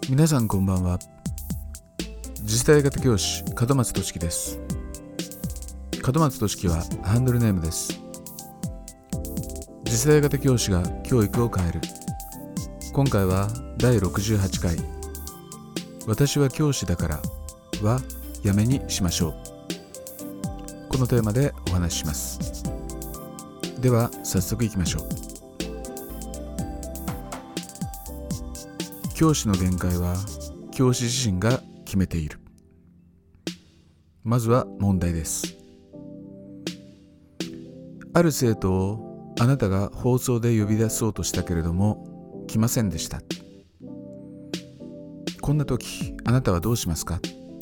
皆さんこんばんは。次世代型教師門松俊樹です。門松俊樹はハンドルネームです。次世代型教師が教育を変える。今回は第68回私は教師だからはやめにしましょう。このテーマでお話しします。では早速いきましょう。教師の限界は教師自身が決めている。まずは問題です。ある生徒をあなたが放送で呼び出そうとしたけれども来ませんでした。こんな時あなたはどうしますか？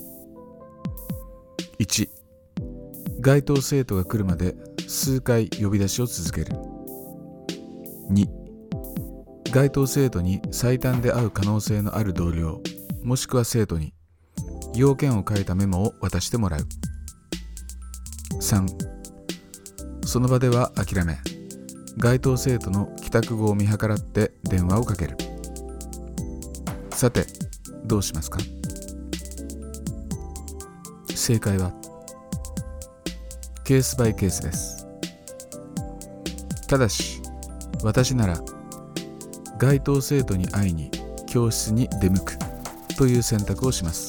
1. 該当生徒が来るまで数回呼び出しを続ける。 2. 該当生徒に最短で会う可能性のある同僚もしくは生徒に要件を書いたメモを渡してもらう。 3. その場では諦め該当生徒の帰宅後を見計らって電話をかける。さてどうしますか？正解はケースバイケースです。ただし私なら該当生徒に会いに教室に出向くという選択をします。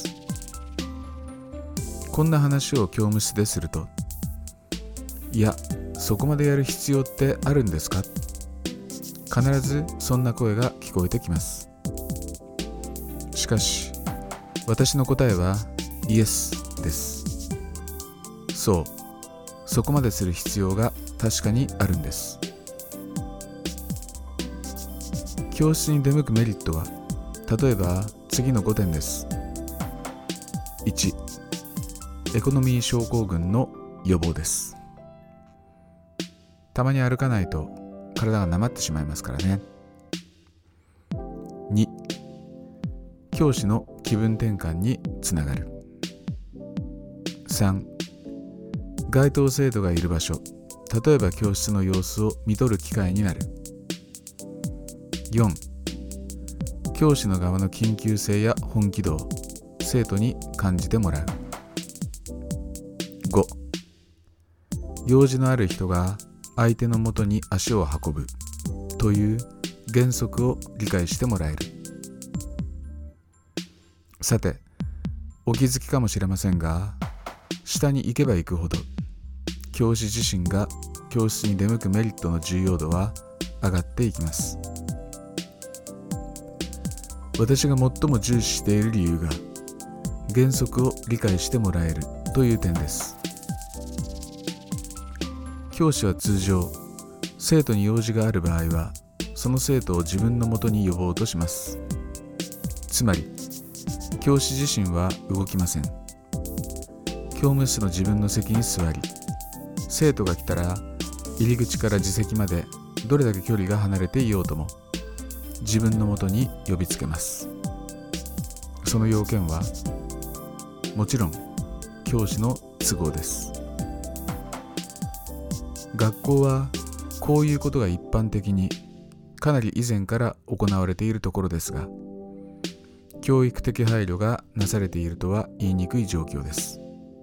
こんな話を教務室ですると、いやそこまでやる必要ってあるんですか？必ずそんな声が聞こえてきます。しかし私の答えはイエスです。そう、そこまでする必要が確かにあるんです。教室に出向くメリットは例えば次の5点です。 1. エコノミー症候群の予防です。たまに歩かないと体がなまってしまいますからね。 2. 教師の気分転換につながる。 3. 該当生徒がいる場所、例えば教室の様子を見とる機会になる。 4. 教師の側の緊急性や本気度を生徒に感じてもらう。 5. 用事のある人が相手のもとに足を運ぶという原則を理解してもらえる。さて、お気づきかもしれませんが、下に行けば行くほど教師自身が教室に出向くメリットの重要度は上がっていきます。私が最も重視している理由が原則を理解してもらえるという点です。教師は通常生徒に用事がある場合はその生徒を自分のもとに呼ぼうとします。つまり教師自身は動きません。教務室の自分の席に座り、生徒が来たら入り口から自席までどれだけ距離が離れていようとも自分のもとに呼びつけます。その要件はもちろん教師の都合です。学校はこういうことが一般的にかなり以前から行われているところですが、教育的配慮がなされているとは言いにくい状況です。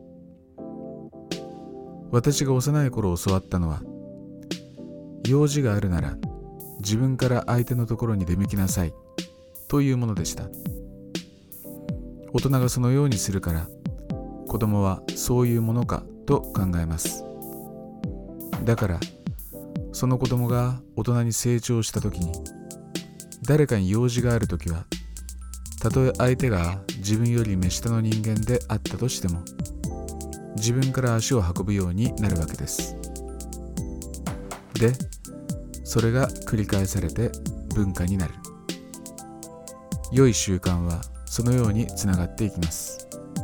私が幼い頃教わったのは、用事があるなら自分から相手のところに出向きなさいというものでした。大人がそのようにするから子供はそういうものかと考えます。だからその子供が大人に成長したときに、誰かに用事があるときはたとえ相手が自分より目下の人間であったとしても自分から足を運ぶようになるわけです。でそれが繰り返されて文化になる。良い習慣はそのようにつながっていきます。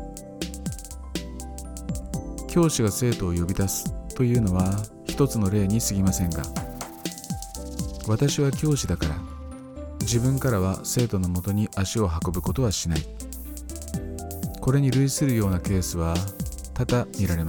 教師が生徒を呼び出すというのは一つの例に過ぎませんが、私は教師だから自分からは生徒のもとに足を運ぶことはしない。これに類するようなケースは多々見られます。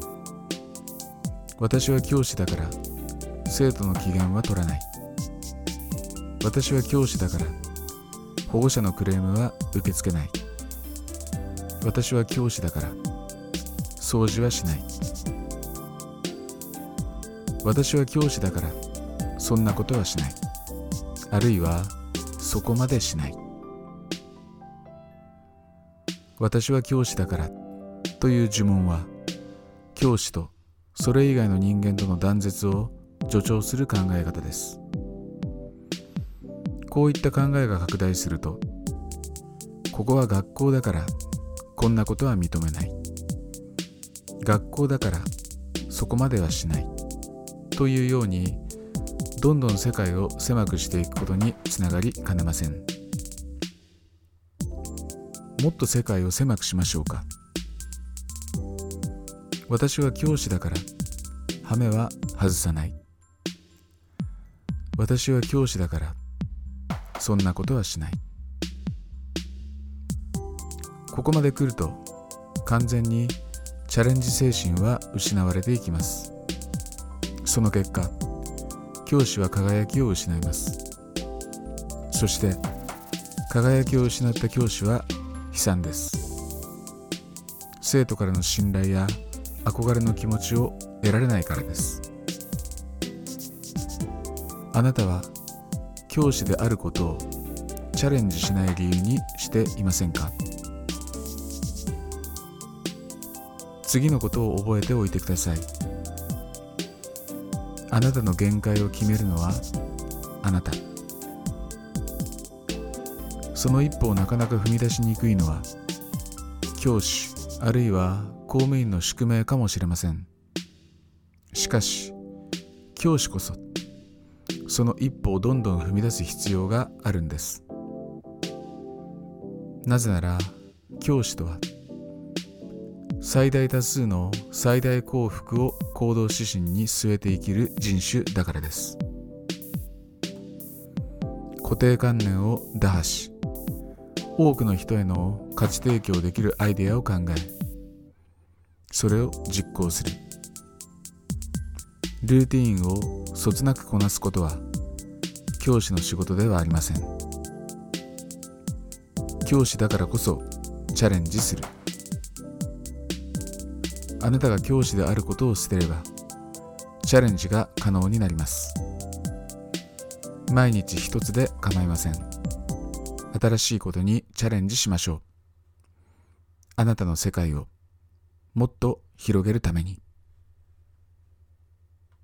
私は教師だから生徒の機嫌は取らない。私は教師だから保護者のクレームは受け付けない。私は教師だから掃除はしない。私は教師だからそんなことはしない。あるいはそこまでしない。私は教師だからという呪文は、教師とそれ以外の人間との断絶を助長する考え方です。こういった考えが拡大すると、ここは学校だからこんなことは認めない。学校だからそこまではしない。というように、どんどん世界を狭くしていくことにつながりかねません。もっと世界を狭くしましょうか。私は教師だから羽目は外さない。私は教師だからそんなことはしない。ここまで来ると完全にチャレンジ精神は失われていきます。その結果、教師は輝きを失います。そして輝きを失った教師は悲惨です。生徒からの信頼や憧れの気持ちを得られないからです。あなたは教師であることをチャレンジしない理由にしていませんか？次のことを覚えておいてください。あなたの限界を決めるのはあなた。その一歩をなかなか踏み出しにくいのは教師あるいは公務員の宿命かもしれません。しかし教師こそその一歩をどんどん踏み出す必要があるんです。なぜなら教師とは最大多数の最大幸福を行動指針に据えて生きる人種だからです。固定観念を打破し、多くの人への価値提供できるアイデアを考え、それを実行する。ルーティーンをそつなくこなすことは教師の仕事ではありません。教師だからこそチャレンジする。あなたが教師であることを捨てればチャレンジが可能になります。毎日一つで構いません。新しいことにチャレンジしましょう。あなたの世界をもっと広げるために。